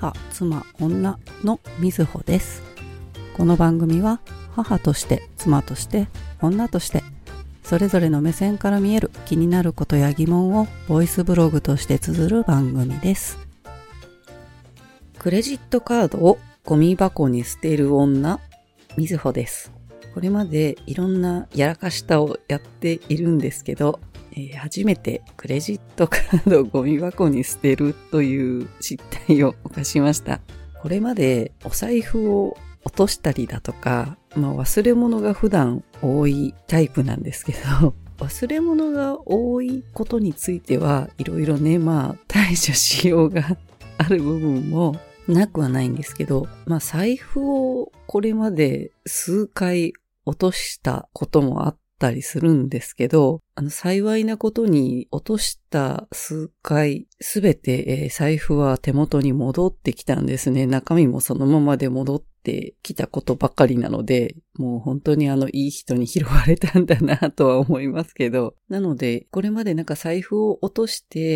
母、妻、女のみずほです。この番組は母として、妻として、女として、それぞれの目線から見える気になることや疑問をボイスブログとして綴る番組です。クレジットカードをゴミ箱に捨てる女、みずほです。これまでいろんなやらかしたをやっているんですけど、初めてクレジットカードをゴミ箱に捨てるという失態を犯しました。これまでお財布を落としたりだとか、忘れ物が普段多いタイプなんですけど、忘れ物が多いことについてはいろいろね、対処しようがある部分もなくはないんですけど、財布をこれまで数回落としたこともあったりするんですけど、幸いなことに落とした数回すべて、財布は手元に戻ってきたんですね。中身もそのままで戻ってきたことばかりなので、もう本当にいい人に拾われたんだなとは思いますけど。なので、これまで財布を落として、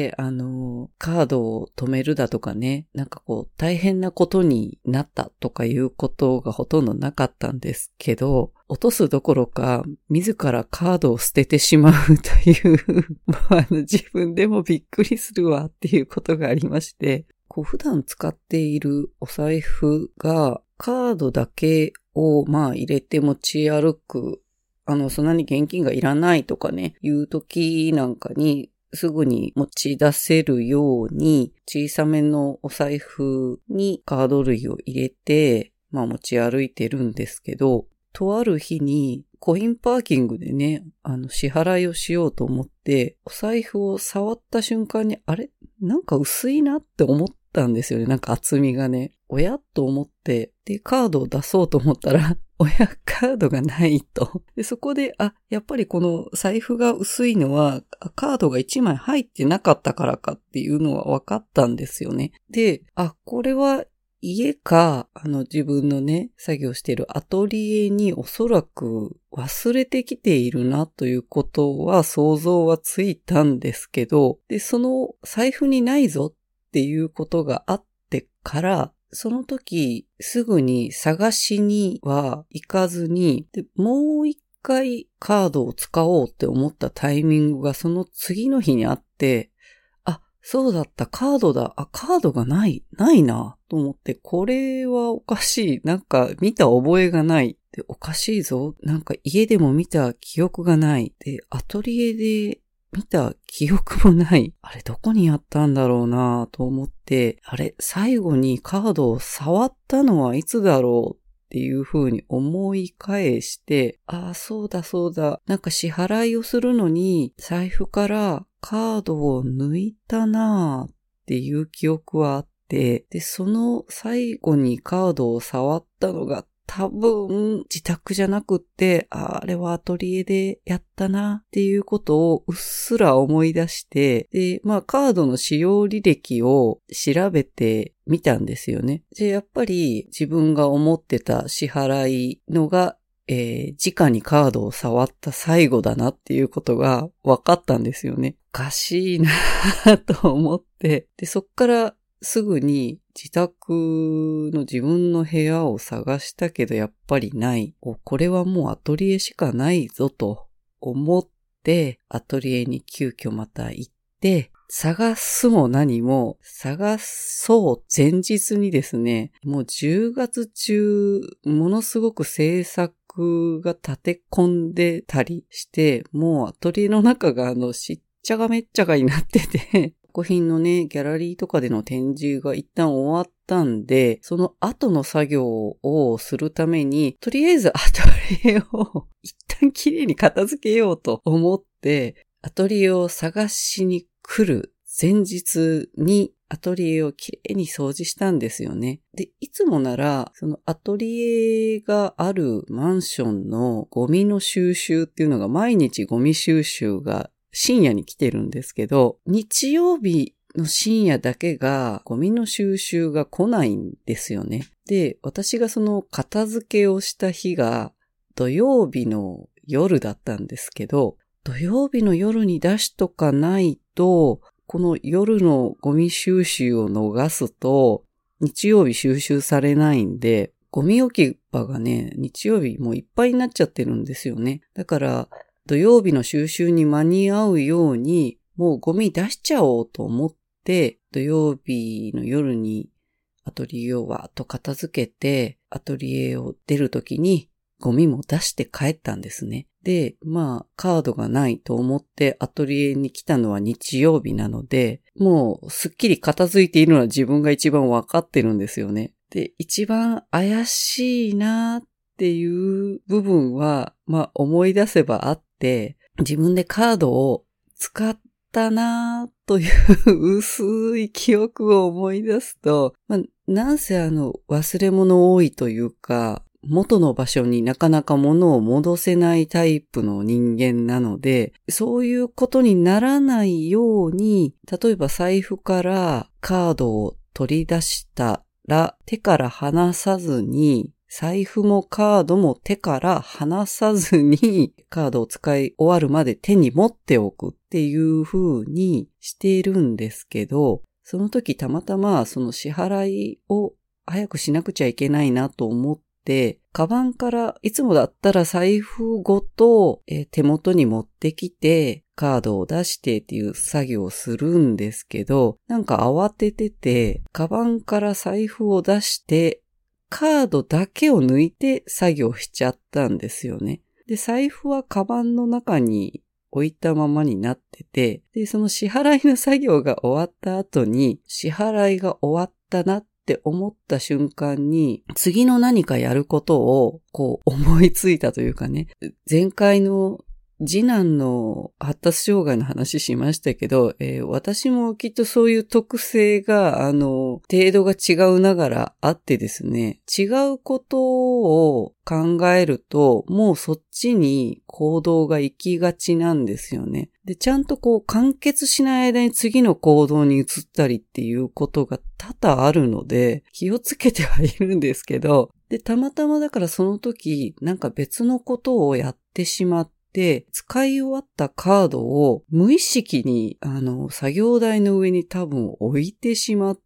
カードを止めるだとかね、大変なことになったとかいうことがほとんどなかったんですけど、落とすどころか、自らカードを捨ててしまうという自分でもびっくりするわっていうことがありまして、普段使っているお財布がカードだけを入れて持ち歩く、そんなに現金がいらないとかね、いう時なんかにすぐに持ち出せるように小さめのお財布にカード類を入れて、持ち歩いてるんですけど、とある日にコインパーキングでね、支払いをしようと思って、お財布を触った瞬間に、あれ？薄いなって思ったんですよね。厚みがね。おや？と思って、で、カードを出そうと思ったら、カードがないと。で、そこで、やっぱりこの財布が薄いのは、カードが1枚入ってなかったからかっていうのは分かったんですよね。で、これは、家か、自分のね、作業しているアトリエにおそらく忘れてきているなということは想像はついたんですけど、で、その財布にないぞっていうことがあってから、その時すぐに探しには行かずに、で、もう一回カードを使おうって思ったタイミングがその次の日にあって、そうだった、カードだ。カードがないな、と思って、これはおかしい。見た覚えがない。で、おかしいぞ。家でも見た記憶がない。で、アトリエで見た記憶もない。あれ、どこにあったんだろうな、と思って、最後にカードを触ったのはいつだろうっていう風に思い返して、そうだ。支払いをするのに、財布からカードを抜いたなーっていう記憶はあって、で、その最後にカードを触ったのが多分自宅じゃなくって、あれはアトリエでやったなっていうことをうっすら思い出して、で、カードの使用履歴を調べてみたんですよね。で、やっぱり自分が思ってた支払いのが直にカードを触った最後だなっていうことが分かったんですよね。おかしいなと思って、で、そっからすぐに自宅の自分の部屋を探したけどやっぱりない。これはもうアトリエしかないぞと思って、アトリエに急遽また行って、探すも何も探そう前日にですね、もう10月中ものすごく制作が立て込んでたりして、もうアトリエの中がしっちゃがめっちゃがになってて、作品のね、ギャラリーとかでの展示が一旦終わったんで、その後の作業をするために、とりあえずアトリエを一旦きれいに片付けようと思って、アトリエを探しに来る前日にアトリエをきれいに掃除したんですよね。で、いつもなら、そのアトリエがあるマンションのゴミの収集っていうのが毎日ゴミ収集が深夜に来てるんですけど、日曜日の深夜だけがゴミの収集が来ないんですよね。で、私がその片付けをした日が土曜日の夜だったんですけど、土曜日の夜に出しとかないと、この夜のゴミ収集を逃すと、 日曜日収集されないんで、ゴミ置き場がね、日曜日もういっぱいになっちゃってるんですよね。だから、土曜日の収集に間に合うように、もうゴミ出しちゃおうと思って、土曜日の夜にアトリエをわーっと片付けて、アトリエを出るときにゴミも出して帰ったんですね。で、カードがないと思ってアトリエに来たのは日曜日なので、もうすっきり片付いているのは自分が一番わかってるんですよね。で、一番怪しいなっていう部分は、思い出せばあって、自分でカードを使ったなという薄い記憶を思い出すと、なんせ忘れ物多いというか、元の場所になかなか物を戻せないタイプの人間なので、そういうことにならないように、例えば財布からカードを取り出したら手から離さずに、財布もカードも手から離さずにカードを使い終わるまで手に持っておくっていう風にしているんですけど、その時たまたまその支払いを早くしなくちゃいけないなと思って、カバンからいつもだったら財布ごと手元に持ってきてカードを出してっていう作業をするんですけど、なんか慌ててて、カバンから財布を出してカードだけを抜いて作業しちゃったんですよね。で、財布はカバンの中に置いたままになってて、で、その支払いの作業が終わった後に、支払いが終わったなって思った瞬間に、次の何かやることを思いついたというかね、前回の次男の発達障害の話しましたけど、私もきっとそういう特性が、程度が違うながらあってですね、違うことを考えると、もうそっちに行動が行きがちなんですよね。で、ちゃんと完結しない間に次の行動に移ったりっていうことが多々あるので、気をつけてはいるんですけど、で、たまたまだからその時、なんか別のことをやってしまって、使い終わったカードを無意識に作業台の上に多分置いてしまって、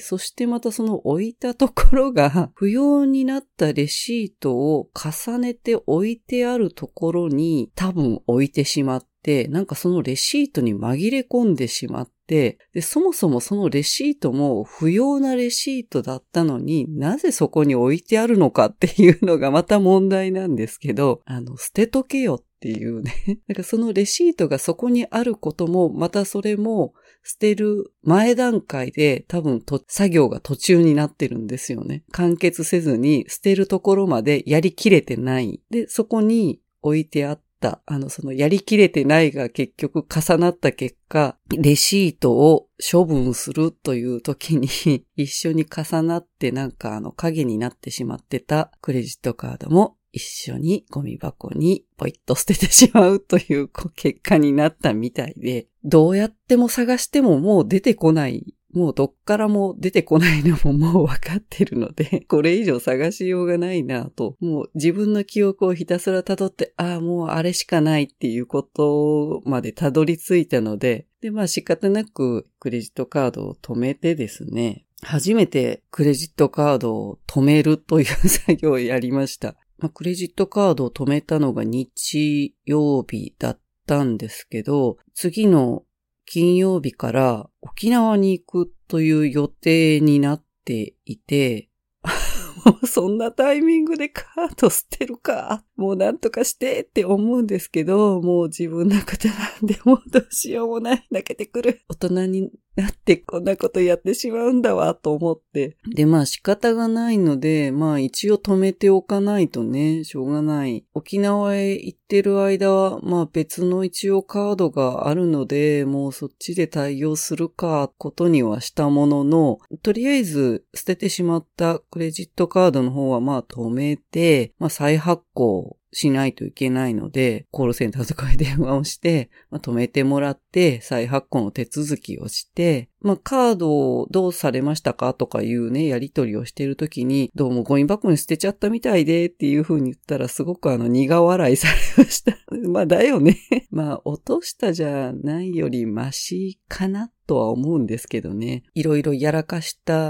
そしてまたその置いたところが不要になったレシートを重ねて置いてあるところに多分置いてしまって、なんかそのレシートに紛れ込んでしまって、で、そもそもそのレシートも不要なレシートだったのになぜそこに置いてあるのかっていうのがまた問題なんですけど、捨てとけよっていうね。なんかそのレシートがそこにあることも、またそれも捨てる前段階で多分作業が途中になってるんですよね。完結せずに捨てるところまでやりきれてない。で、そこに置いてあった。そのやりきれてないが結局重なった結果、レシートを処分するという時に一緒に重なってなんか影になってしまってたクレジットカードも一緒にゴミ箱にポイッと捨ててしまうという結果になったみたいで、どうやっても探してももう出てこない。もうどっからも出てこないのももう分かってるので、これ以上探しようがないなと、もう自分の記憶をひたすら辿って、もうあれしかないっていうことまで辿り着いたので、で、仕方なくクレジットカードを止めてですね、初めてクレジットカードを止めるという作業をやりました。クレジットカードを止めたのが日曜日だったんですけど、次の金曜日から沖縄に行くという予定になっていて、もうそんなタイミングでカード捨てるか。もうなんとかしてって思うんですけど、もう自分のことなんでもうどうしようもない。泣けてくる。大人になってこんなことやってしまうんだわと思って。で、仕方がないので、一応止めておかないとね、しょうがない。沖縄へ行ってる間は、別の一応カードがあるので、もうそっちで対応するか、ことにはしたものの、とりあえず捨ててしまったクレジットカードの方は止めて、再発行しないといけないので、コールセンターとかで電話をして、止めてもらって再発行の手続きをして、カードをどうされましたかとかいうね、やり取りをしているときに、どうもゴミ箱に捨てちゃったみたいでっていう風に言ったらすごく苦笑いされました。だよね。落としたじゃないよりマシかなとは思うんですけどね。いろいろやらかした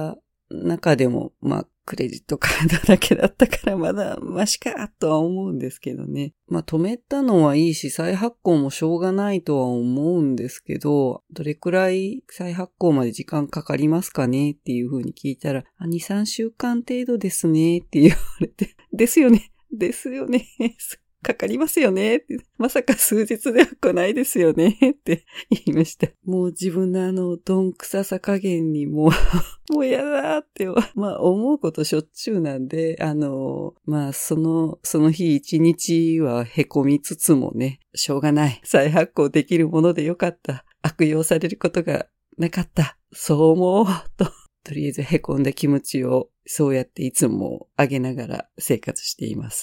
中でも、クレジットカードだけだったからまだマシかとは思うんですけどね。止めたのはいいし、再発行もしょうがないとは思うんですけど、どれくらい再発行まで時間かかりますかねっていう風に聞いたら、2、3週間程度ですねって言われて、ですよね。かかりますよねって。まさか数日では来ないですよねって言いました。もう自分のどんくささ加減にもう嫌だって思うことしょっちゅうなんで、その日一日は凹みつつもね、しょうがない。再発行できるものでよかった。悪用されることがなかった。そう思うと。とりあえず凹んだ気持ちをそうやっていつも上げながら生活しています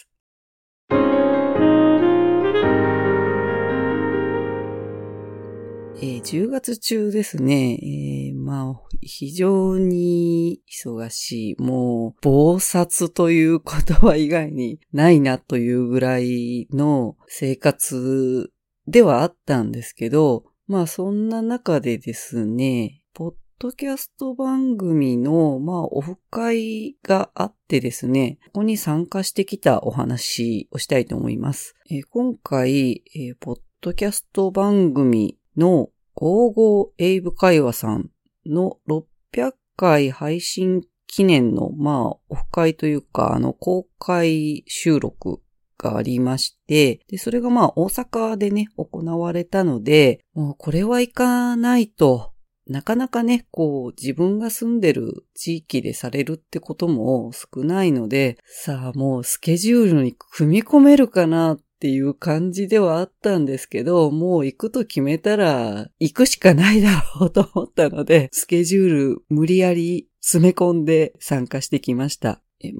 。10月中ですね、非常に忙しい、もう、忙殺という言葉以外にないなというぐらいの生活ではあったんですけど、そんな中でですね、ポッドキャスト番組の、オフ会があってですね、ここに参加してきたお話をしたいと思います。今回、ポッドキャスト番組の55英語会話さんの600回配信記念の、オフ会というか、公開収録がありまして、で、それが大阪でね、行われたので、もうこれは行かないと、なかなかね、自分が住んでる地域でされるってことも少ないので、さあもうスケジュールに組み込めるかなっていう感じではあったんですけど、もう行くと決めたら行くしかないだろうと思ったので、スケジュール無理やり詰め込んで参加してきました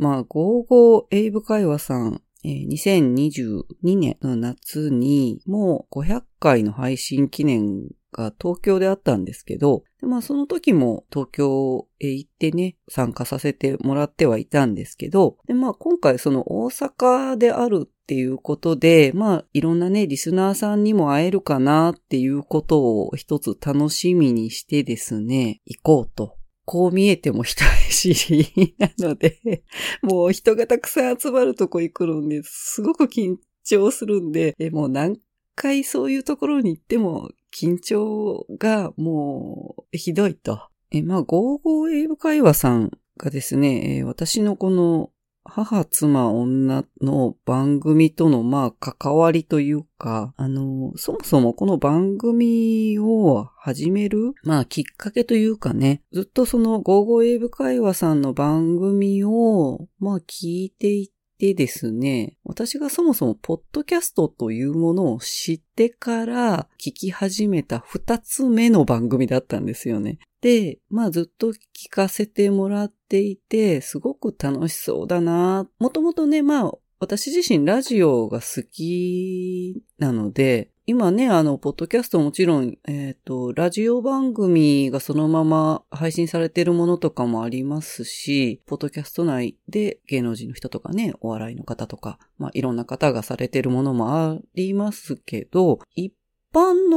。55英語会話さん、2022年の夏にもう500回の配信記念が東京であったんですけど、でその時も東京へ行ってね、参加させてもらってはいたんですけど、で今回その大阪であるっていうことで、いろんなね、リスナーさんにも会えるかなっていうことを一つ楽しみにしてですね、行こうと。こう見えても人見知りなので、もう人がたくさん集まるとこ行くので、すごく緊張するんで、もう何回そういうところに行っても緊張がもうひどいと。55英語会話さんがですね、私のこの母、妻、女の番組との関わりというか、そもそもこの番組を始めるきっかけというかね、ずっとその55英語会話さんの番組を聞いていてですね、私がそもそもポッドキャストというものを知ってから聞き始めた2つ目の番組だったんですよね。で、ずっと聞かせてもらっていて、すごく楽しそうだな。もともとね、私自身ラジオが好きなので、今ね、ポッドキャストもちろん、ラジオ番組がそのまま配信されているものとかもありますし、ポッドキャスト内で芸能人の人とかね、お笑いの方とか、いろんな方がされているものもありますけど、一般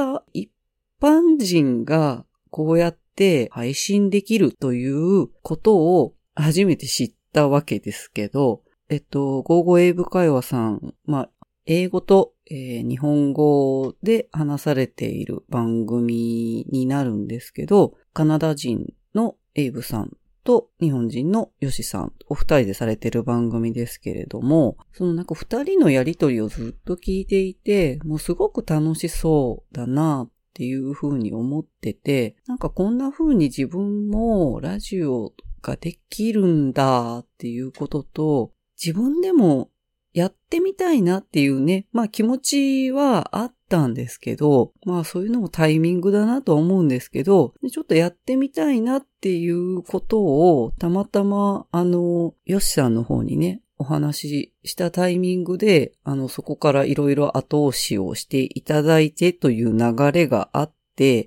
人がこうやって配信できるということを初めて知ったわけですけど、55英語会話さん、英語と、日本語で話されている番組になるんですけど、カナダ人のエイブさんと日本人のヨシさん、お二人でされている番組ですけれども、その二人のやりとりをずっと聞いていて、もうすごく楽しそうだなっていうふうに思ってて、こんなふうに自分もラジオができるんだっていうことと、自分でもやってみたいなっていうね、気持ちはあったんですけど、そういうのもタイミングだなと思うんですけど、ちょっとやってみたいなっていうことをたまたまヨシさんの方にね、お話ししたタイミングで、そこからいろいろ後押しをしていただいてという流れがあって、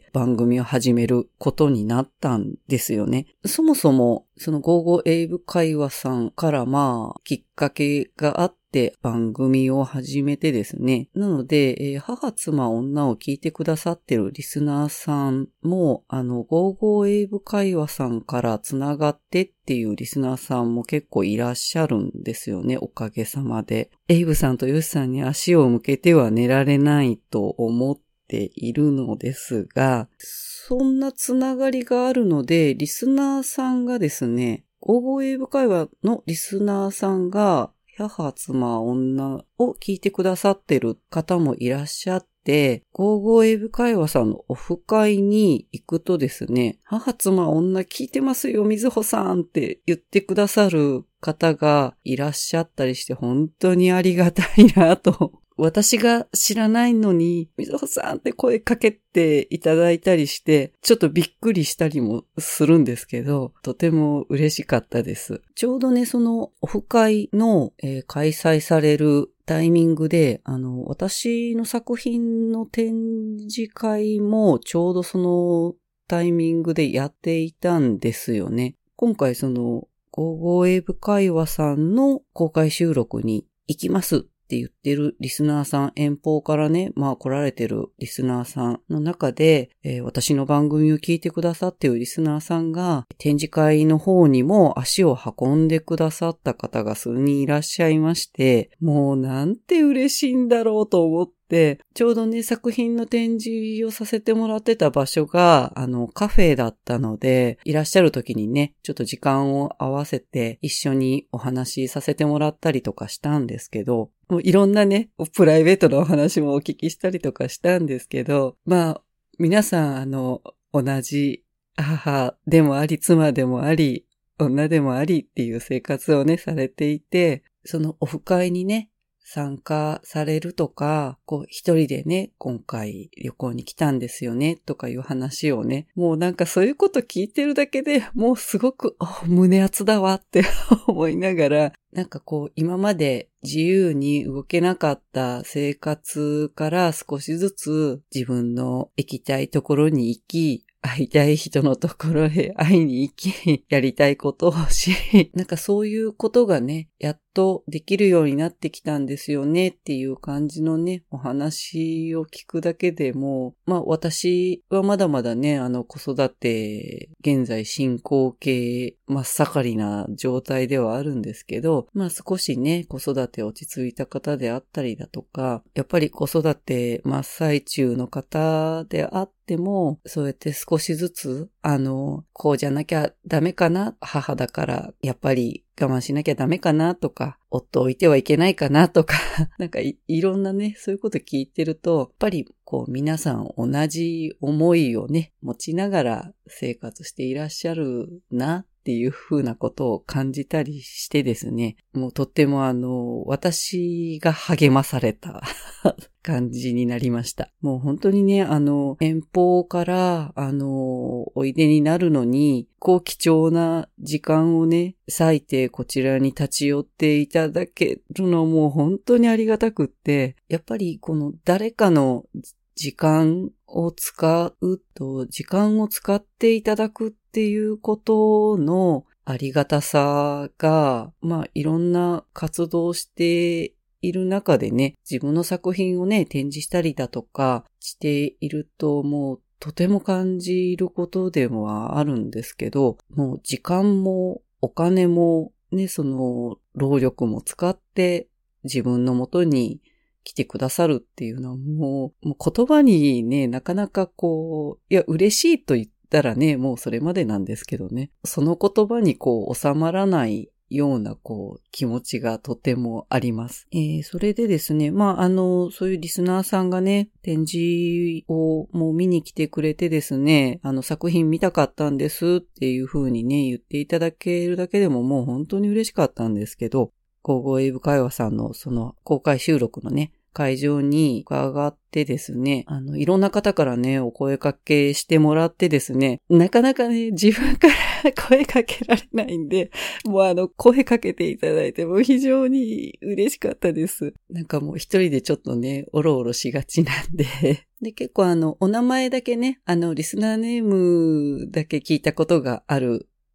番組を始めることになったんですよね。そもそも、その55英語会話さんからきっかけがあって、 って番組を始めてですね。なので、母、妻、女を聞いてくださってるリスナーさんも、ゴーゴーエイブ会話さんからつながってっていうリスナーさんも結構いらっしゃるんですよね。おかげさまで。エイブさんとヨシさんに足を向けては寝られないと思っているのですが、そんなつながりがあるので、リスナーさんがですね、ゴーゴーエイブ会話のリスナーさんが、母、妻、女を聞いてくださってる方もいらっしゃって、ゴーゴーエイブ会話さんのオフ会に行くとですね、母、妻、女聞いてますよ、みずほさんって言ってくださる方がいらっしゃったりして、本当にありがたいなと。私が知らないのに、みずほさんって声かけていただいたりして、ちょっとびっくりしたりもするんですけど、とても嬉しかったです。ちょうどね、そのオフ会の、開催されるタイミングで、私の作品の展示会もちょうどそのタイミングでやっていたんですよね。今回その、ゴーゴーエイブ会話さんの公開収録に行きますって言ってるリスナーさん、遠方からね、来られてるリスナーさんの中で、私の番組を聞いてくださっているリスナーさんが、展示会の方にも足を運んでくださった方が数人いらっしゃいまして、もうなんて嬉しいんだろうと思って、ちょうどね、作品の展示をさせてもらってた場所が、カフェだったので、いらっしゃる時にね、ちょっと時間を合わせて一緒にお話しさせてもらったりとかしたんですけど、もういろんなね、プライベートのお話もお聞きしたりとかしたんですけど、皆さん、同じ母でもあり、妻でもあり、女でもありっていう生活をね、されていて、そのオフ会にね、参加されるとか、一人でね、今回旅行に来たんですよね、とかいう話をね、もうなんかそういうこと聞いてるだけでもうすごく、胸熱だわって思いながら、なんか今まで自由に動けなかった生活から少しずつ自分の行きたいところに行き、会いたい人のところへ会いに行き、やりたいことをし、なんかそういうことがね、やっとできるようになってきたんですよねっていう感じのね、お話を聞くだけでも、私はまだまだね、子育て、現在進行形真っ盛りな状態ではあるんですけど、少しね、子育て落ち着いた方であったりだとか、やっぱり子育て真っ最中の方であっても、そうやって少しずつ、こうじゃなきゃダメかな、母だからやっぱり我慢しなきゃダメかなとか、夫を置いてはいけないかなとか、なんか いろんなね、そういうこと聞いてると、やっぱり皆さん同じ思いをね、持ちながら生活していらっしゃるなっていう風なことを感じたりしてですね、もうとっても私が励まされた感じになりました。もう本当にね、遠方から、おいでになるのに、貴重な時間をね、割いてこちらに立ち寄っていただけるのも本当にありがたくって、やっぱり誰かの時間を使うと、時間を使っていただくっていうことのありがたさが、いろんな活動をしている中でね、自分の作品をね、展示したりだとかしていると、もうとても感じることではあるんですけど、もう時間もお金もね、その労力も使って自分のもとに来てくださるっていうのはもう言葉にね、なかなか嬉しいと言ったらね、もうそれまでなんですけどね、その言葉に収まらないような気持ちがとてもあります。それでですね、そういうリスナーさんがね、展示をもう見に来てくれてですね、作品見たかったんですっていう風にね、言っていただけるだけでももう本当に嬉しかったんですけど、ゴーゴーエイブ会話さんのその公開収録のね、会場に伺ってですね、いろんな方からね、お声かけしてもらってですね、なかなかね、自分から声かけられないんで、もう声かけていただいても非常に嬉しかったです。なんかもう一人でちょっとね、おろおろしがちなんで、で、結構お名前だけね、リスナーネームだけ聞いたことがある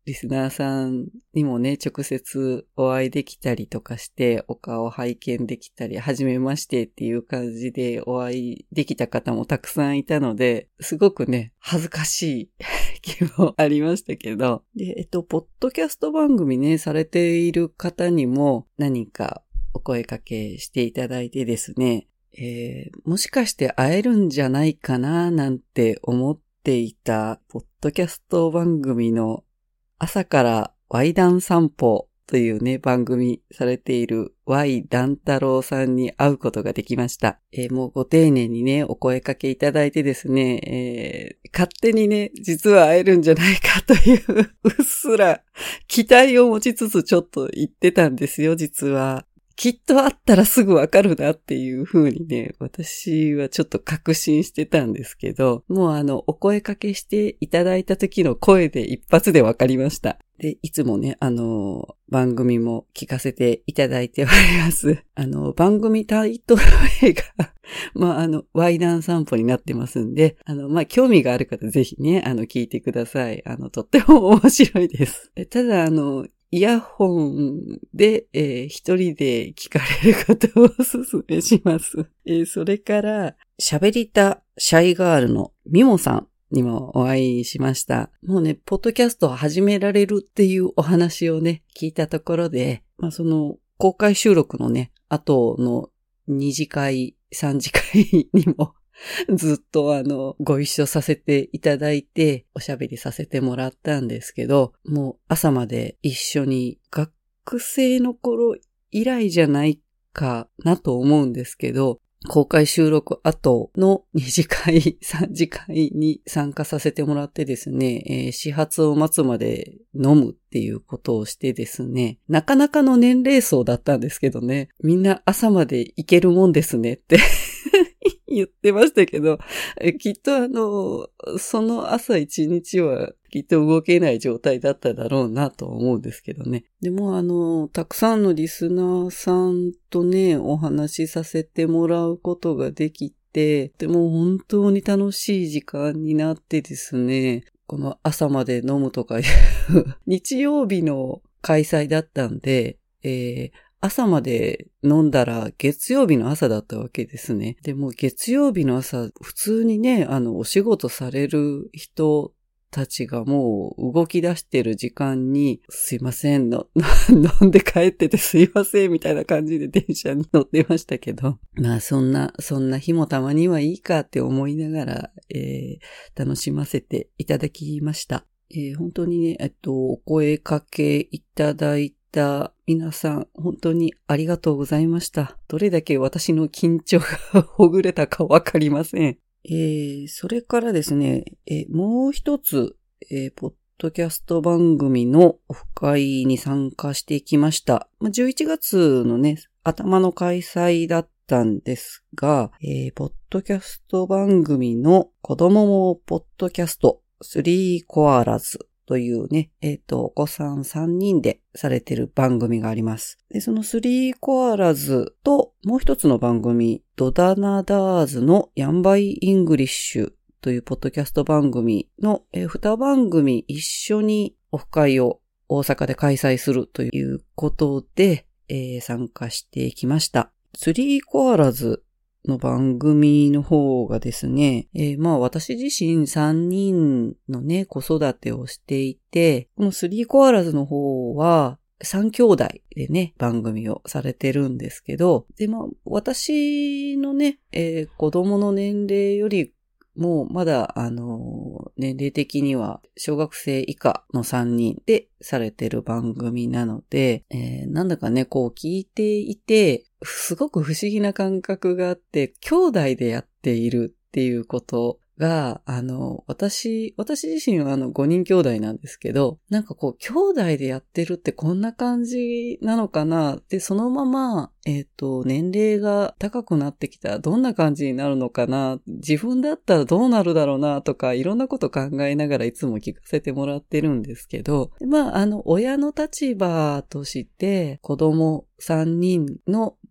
リスナーさんにもね、直接お会いできたりとかして、お顔を拝見できたり、はじめましてっていう感じでお会いできた方もたくさんいたので、すごくね、恥ずかしい気もありましたけど。で、ポッドキャスト番組ね、されている方にも何かお声かけしていただいてですね、もしかして会えるんじゃないかななんて思っていた、ポッドキャスト番組の朝からY談散歩というね、番組されている Y 談太郎さんに会うことができました。もうご丁寧にね、お声かけいただいてですね、勝手にね、実は会えるんじゃないかという、うっすら期待を持ちつつちょっと言ってたんですよ、実は。きっと会ったらすぐわかるなっていう風にね、私はちょっと確信してたんですけど、もうお声かけしていただいた時の声で一発でわかりました。で、いつもね、番組も聞かせていただいております。番組タイトル名が、Y談散歩になってますんで、興味がある方ぜひね、聞いてください。とっても面白いです。ただ、イヤホンで、一人で聞かれることをお勧めします。それから、喋りたシャイガールのミモさんにもお会いしました。もうね、ポッドキャストを始められるっていうお話をね、聞いたところで、その公開収録のね、後の2次会、3次会にもずっとご一緒させていただいて、おしゃべりさせてもらったんですけど、もう朝まで一緒に学生の頃以来じゃないかなと思うんですけど、公開収録後の2次会、3次会に参加させてもらってですね、始発を待つまで飲むっていうことをしてですね、なかなかの年齢層だったんですけどね、みんな朝まで行けるもんですねって言ってましたけど、きっとその朝一日はきっと動けない状態だっただろうなと思うんですけどね。でもたくさんのリスナーさんとね、お話しさせてもらうことができて、でも本当に楽しい時間になってですね、この朝まで飲むとかいう日曜日の開催だったんで、朝まで飲んだら月曜日の朝だったわけですね。でも月曜日の朝、普通にね、お仕事される人たちがもう動き出してる時間に、すいません、飲んで帰っててすいません、みたいな感じで電車に乗ってましたけど。そんな日もたまにはいいかって思いながら、楽しませていただきました。本当にね、お声かけいただいた皆さん、本当にありがとうございました。どれだけ私の緊張がほぐれたかわかりません。それからですね、もう一つ、ポッドキャスト番組のオフ会に参加してきました。11月のね、頭の開催だったんですが、ポッドキャスト番組の子供もポッドキャスト3コアラズというね、お子さん3人でされてる番組があります。で、その3コアラズともう一つの番組、ドダナダーズのヤンバイイングリッシュというポッドキャスト番組の2番組一緒にオフ会を大阪で開催するということで、参加してきました。3コアラズの番組の方がですね、私自身3人のね、子育てをしていて、この3コアラズの方は3兄弟でね、番組をされてるんですけど、で、私のね、子供の年齢よりもうまだ年齢的には小学生以下の3人でされてる番組なので、なんだかね、こう聞いていて、すごく不思議な感覚があって、兄弟でやっているっていうことが、私自身は5人兄弟なんですけど、なんかこう、兄弟でやってるってこんな感じなのかなで、そのまま、年齢が高くなってきたらどんな感じになるのかな自分だったらどうなるだろうなとか、いろんなこと考えながらいつも聞かせてもらってるんですけど、親の立場として子供3人の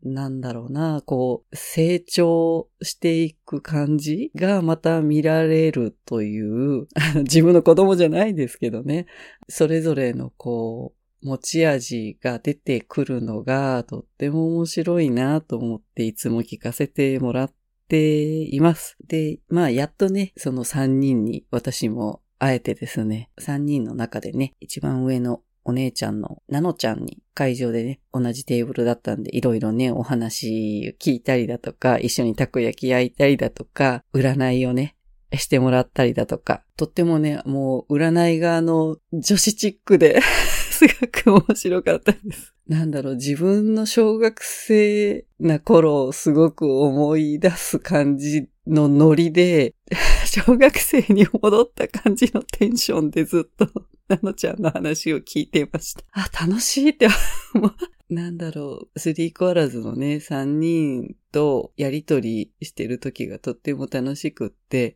なんだろうな、こう、成長していく感じがまた見られるという、自分の子供じゃないですけどね、それぞれのこう、持ち味が出てくるのがとっても面白いなと思っていつも聞かせてもらっています。で、やっとね、その3人に私も会えてですね、3人の中でね、一番上のお姉ちゃんのなのちゃんに会場でね、同じテーブルだったんでいろいろね、お話聞いたりだとか、一緒にたこ焼き焼いたりだとか、占いをね、してもらったりだとか、とってもね、もう占いが女子チックですごく面白かったです。自分の小学生な頃をすごく思い出す感じのノリで、小学生に戻った感じのテンションでずっとなのちゃんの話を聞いていました。楽しいって思う。スリーコアラズのね、3人とやりとりしてる時がとっても楽しくって、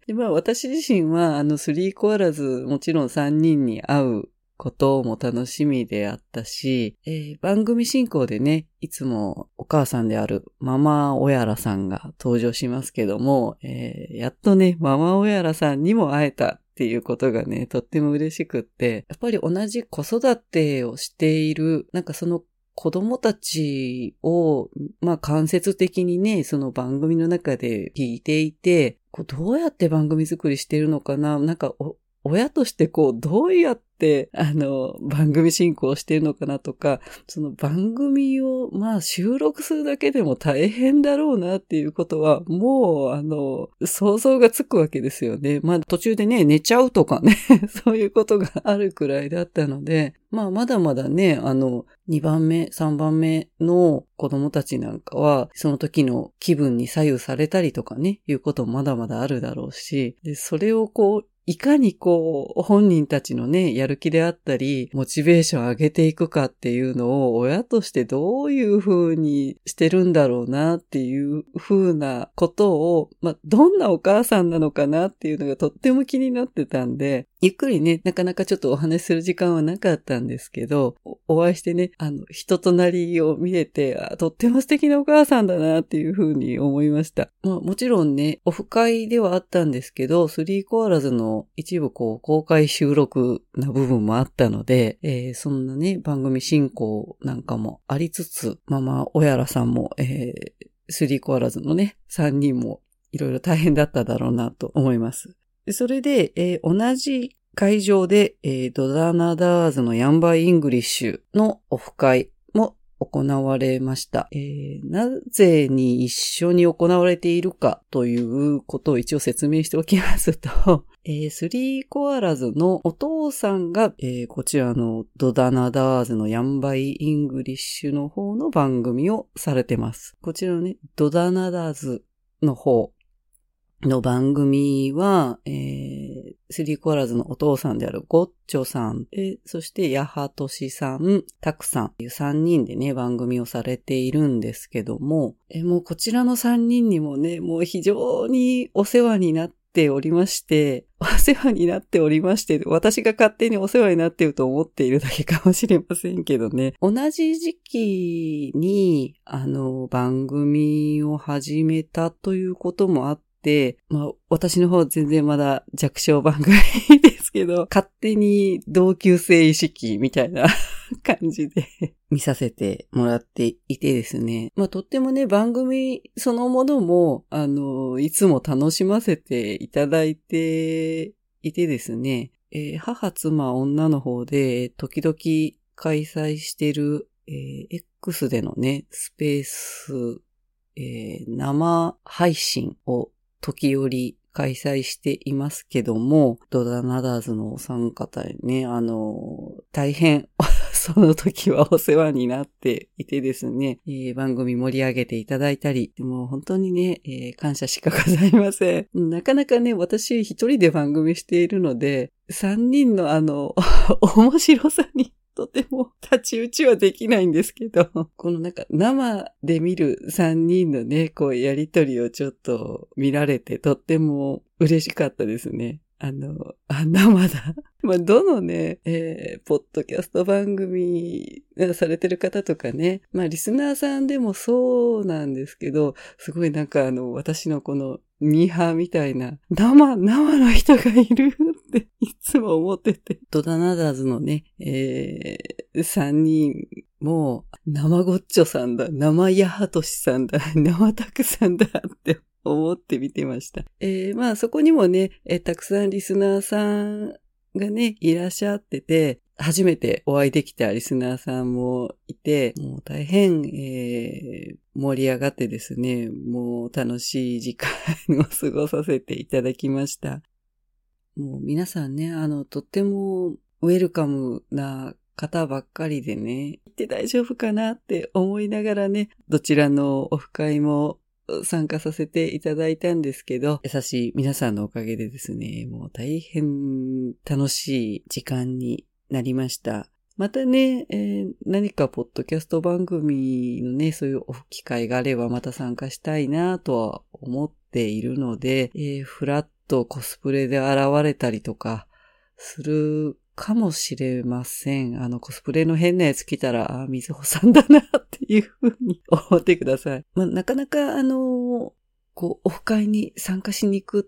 で私自身はスリーコアラズもちろん3人に会うことも楽しみであったし、番組進行でね、いつもお母さんであるママおやらさんが登場しますけども、やっとね、ママおやらさんにも会えたっていうことがね、とっても嬉しくって、やっぱり同じ子育てをしている、その子供たちを、間接的にね、その番組の中で聞いていて、どうやって番組作りしてるのかな、親としてどうやって番組進行してるのかなとか、その番組を、収録するだけでも大変だろうなっていうことは、もう、想像がつくわけですよね。途中でね、寝ちゃうとかね、そういうことがあるくらいだったので、まだまだね、2番目、3番目の子供たちなんかは、その時の気分に左右されたりとかね、いうこともまだまだあるだろうし、で、それをいかに本人たちのね、やる気であったり、モチベーションを上げていくかっていうのを、親としてどういう風にしてるんだろうなっていう風なことを、どんなお母さんなのかなっていうのがとっても気になってたんで、ゆっくりね、なかなかちょっとお話しする時間はなかったんですけど、お会いしてね、人となりを見れて、とっても素敵なお母さんだなっていうふうに思いました。もちろんね、オフ会ではあったんですけど、スリーコアラズの一部公開収録な部分もあったので、そんなね、番組進行なんかもありつつ、ママおやらさんも、スリーコアラズのね、3人もいろいろ大変だっただろうなと思います。それで、同じ会場で、ドダナダーズのヤンバーイングリッシュのオフ会も行われました。なぜに一緒に行われているかということを一応説明しておきますと、スリーコアラズのお父さんが、こちらのドダナダーズのヤンバイイングリッシュの方の番組をされてます。こちらのね、ドダナダーズの方の番組は、スリーコアラズのお父さんであるゴッチョさん、そしてヤハトシさん、タクさんという3人でね、番組をされているんですけども、もうこちらの3人にもね、もう非常にお世話になっておりまして、私が勝手にお世話になっていると思っているだけかもしれませんけどね。同じ時期に、番組を始めたということもあって、私の方全然まだ弱小番組ですけど、勝手に同級生意識みたいな感じで見させてもらっていてですね。とってもね、番組そのものも、いつも楽しませていただいていてですね、母、妻、女の方で、時々開催してる、X でのね、スペース、生配信を時折開催していますけども、ドダナダーズのお三方にね、大変、その時はお世話になっていてですね、番組盛り上げていただいたり、もう本当にね、感謝しかございません。なかなかね、私一人で番組しているので、3人の面白さに、とても太刀打ちはできないんですけど、この生で見る3人のね、やりとりをちょっと見られてとっても嬉しかったですね。 生だ。どのね、ポッドキャスト番組されてる方とかね、リスナーさんでもそうなんですけど、すごい私のこのミーハーみたいな、生の人がいるっていつも思ってて。戸田ナダーズのね、3人も、生ごっちょさんだ、生ヤハトシさんだ、生タクさんだって思って見てました。そこにもね、たくさんリスナーさんがね、いらっしゃってて、初めてお会いできたリスナーさんもいて、もう大変、盛り上がってですね、もう楽しい時間を過ごさせていただきました。もう皆さんね、とってもウェルカムな方ばっかりでね、行って大丈夫かなって思いながらね、どちらのオフ会も参加させていただいたんですけど、優しい皆さんのおかげでですね、もう大変楽しい時間になりました。またね、何かポッドキャスト番組のね、そういう機会があればまた参加したいなとは思っているので、フラッとコスプレで現れたりとかするかもしれません。コスプレの変なやつ来たら、みずほさんだなっていうふうに思ってください。なかなかオフ会に参加しに行くって、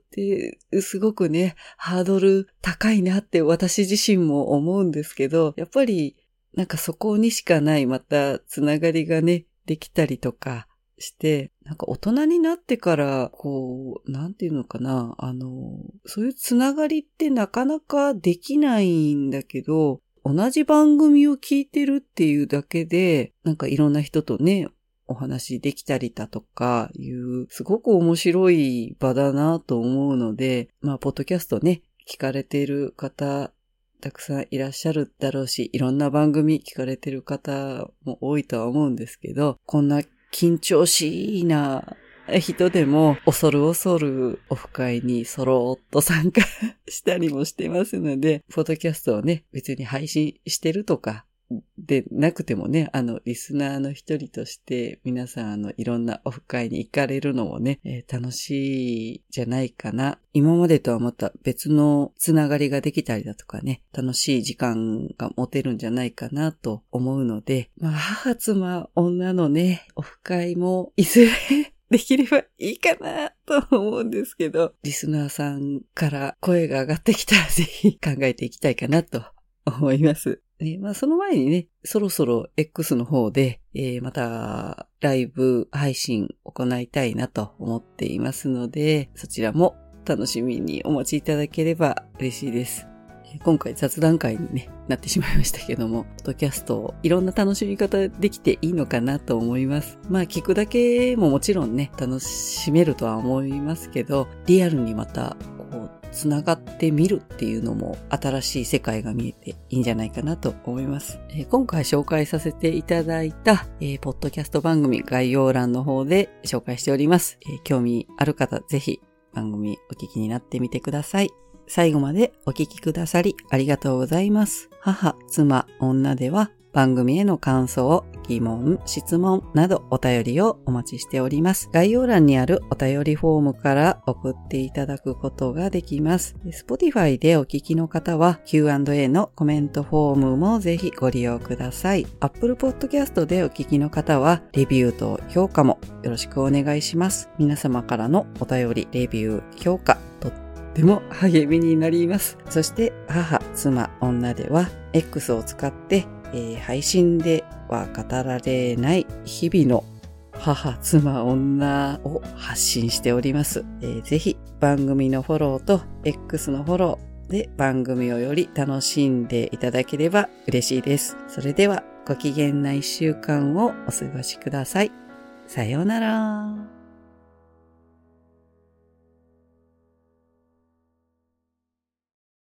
すごくね、ハードル高いなって私自身も思うんですけど、やっぱり、そこにしかないまたつながりがね、できたりとかして、大人になってから、なんていうのかな、そういうつながりってなかなかできないんだけど、同じ番組を聞いてるっていうだけで、いろんな人とね、お話できたりだとかいう、すごく面白い場だなと思うので、ポッドキャストね、聞かれている方、たくさんいらっしゃるだろうし、いろんな番組聞かれてる方も多いとは思うんですけど、こんな緊張しいな人でも恐る恐るオフ会にそろっと参加したりもしてますので、ポッドキャストをね、別に配信してるとか、でなくてもね、リスナーの一人として皆さんいろんなオフ会に行かれるのもね、楽しいじゃないかな。今までとはまた別のつながりができたりだとかね、楽しい時間が持てるんじゃないかなと思うので、母、妻、女のね、オフ会もいずれできればいいかなと思うんですけど、リスナーさんから声が上がってきたらぜひ考えていきたいかなと思います。その前にね、そろそろ X の方で、またライブ配信行いたいなと思っていますので、そちらも楽しみにお待ちいただければ嬉しいです。今回雑談会にね、なってしまいましたけども、ポッドキャストをいろんな楽しみ方できていいのかなと思います。聞くだけももちろんね、楽しめるとは思いますけど、リアルにまたつながってみるっていうのも新しい世界が見えていいんじゃないかなと思います。今回紹介させていただいた、ポッドキャスト番組概要欄の方で紹介しております。興味ある方ぜひ番組お聞きになってみてください。最後までお聞きくださりありがとうございます。母、妻、女では番組への感想、疑問、質問などお便りをお待ちしております。概要欄にあるお便りフォームから送っていただくことができます。Spotify でお聞きの方は Q&A のコメントフォームもぜひご利用ください。Apple Podcast でお聞きの方はレビューと評価もよろしくお願いします。皆様からのお便り、レビュー、評価、とっても励みになります。そして母、妻、女では X を使って配信では語られない日々の母、妻、女を発信しております。ぜひ番組のフォローと X のフォローで番組をより楽しんでいただければ嬉しいです。それではご機嫌な1週間をお過ごしください。さようなら。